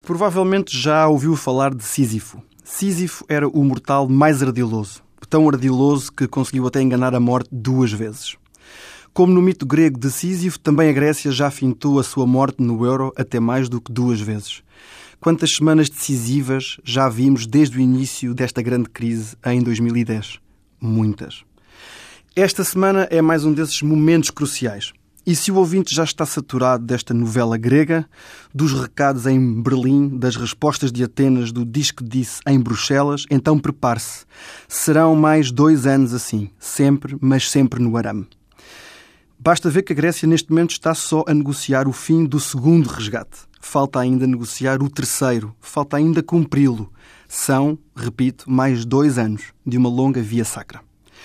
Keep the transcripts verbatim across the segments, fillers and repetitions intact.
Provavelmente já ouviu falar de Sísifo. Sísifo era o mortal mais ardiloso. Tão ardiloso que conseguiu até enganar a morte duas vezes. Como no mito grego de Sísifo, também a Grécia já fintou a sua morte no euro até mais do que duas vezes. Quantas semanas decisivas já vimos desde o início desta grande crise em dois mil e dez? Muitas. Esta semana é mais um desses momentos cruciais. E se o ouvinte já está saturado desta novela grega, dos recados em Berlim, das respostas de Atenas, do diz que disse em Bruxelas, então prepare-se. Serão mais dois anos assim, sempre, mas sempre no arame. Basta ver que a Grécia neste momento está só a negociar o fim do segundo resgate. Falta ainda negociar o terceiro, falta ainda cumpri-lo. São, repito, mais dois anos de uma longa via sacra.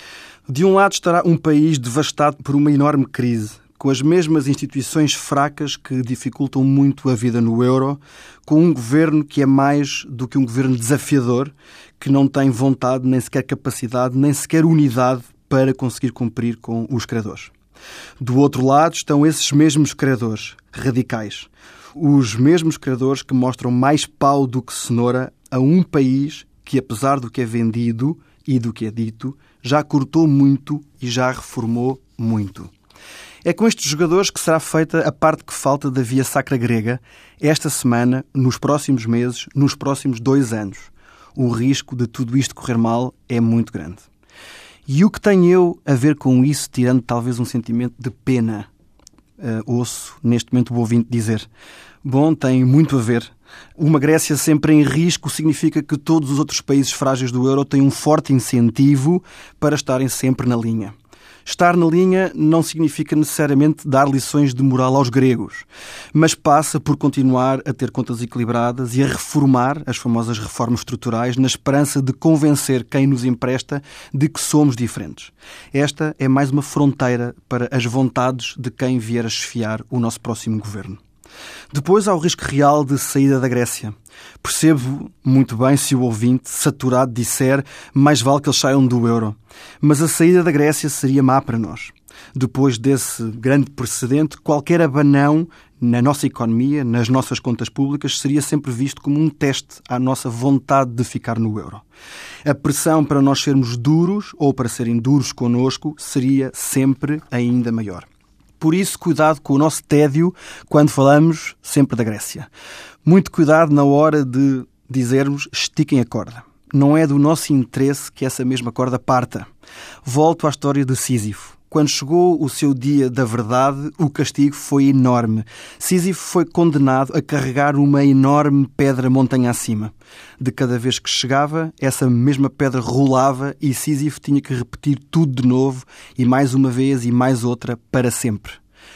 De um lado estará um país devastado por uma enorme crise, com as mesmas instituições fracas que dificultam muito a vida no euro, com um governo que é mais do que um governo desafiador, que não tem vontade, nem sequer capacidade, nem sequer unidade para conseguir cumprir com os credores. Do outro lado estão esses mesmos credores, radicais. Os mesmos credores que mostram mais pau do que cenoura a um país que, apesar do que é vendido e do que é dito, já cortou muito e já reformou muito. É com estes jogadores que será feita a parte que falta da via sacra grega esta semana, nos próximos meses, nos próximos dois anos. O risco de tudo isto correr mal é muito grande. E o que tenho eu a ver com isso, tirando talvez um sentimento de pena? Uh, ouço neste momento o ouvinte dizer: bom, tem muito a ver. Uma Grécia sempre em risco significa que todos os outros países frágeis do euro têm um forte incentivo para estarem sempre na linha. Estar na linha não significa necessariamente dar lições de moral aos gregos, mas passa por continuar a ter contas equilibradas e a reformar as famosas reformas estruturais na esperança de convencer quem nos empresta de que somos diferentes. Esta é mais uma fronteira para as vontades de quem vier a chefiar o nosso próximo governo. Depois há o risco real de saída da Grécia. Percebo muito bem se o ouvinte, saturado, disser mais vale que eles saiam do euro. Mas a saída da Grécia seria má para nós. Depois desse grande precedente, qualquer abanão na nossa economia, nas nossas contas públicas, seria sempre visto como um teste à nossa vontade de ficar no euro. A pressão para nós sermos duros ou para serem duros connosco seria sempre ainda maior. Por isso, cuidado com o nosso tédio quando falamos sempre da Grécia. Muito cuidado na hora de dizermos estiquem a corda. Não é do nosso interesse que essa mesma corda parta. Volto à história de Sísifo. Quando chegou o seu dia da verdade, o castigo foi enorme. Sísifo foi condenado a carregar uma enorme pedra montanha acima. De cada vez que chegava, essa mesma pedra rolava e Sísifo tinha que repetir tudo de novo, e mais uma vez e mais outra, para sempre.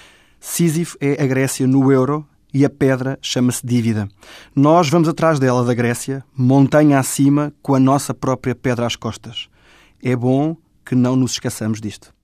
Sísifo é a Grécia no euro e a pedra chama-se dívida. Nós vamos atrás dela, da Grécia, montanha acima, com a nossa própria pedra às costas. É bom que não nos esqueçamos disto.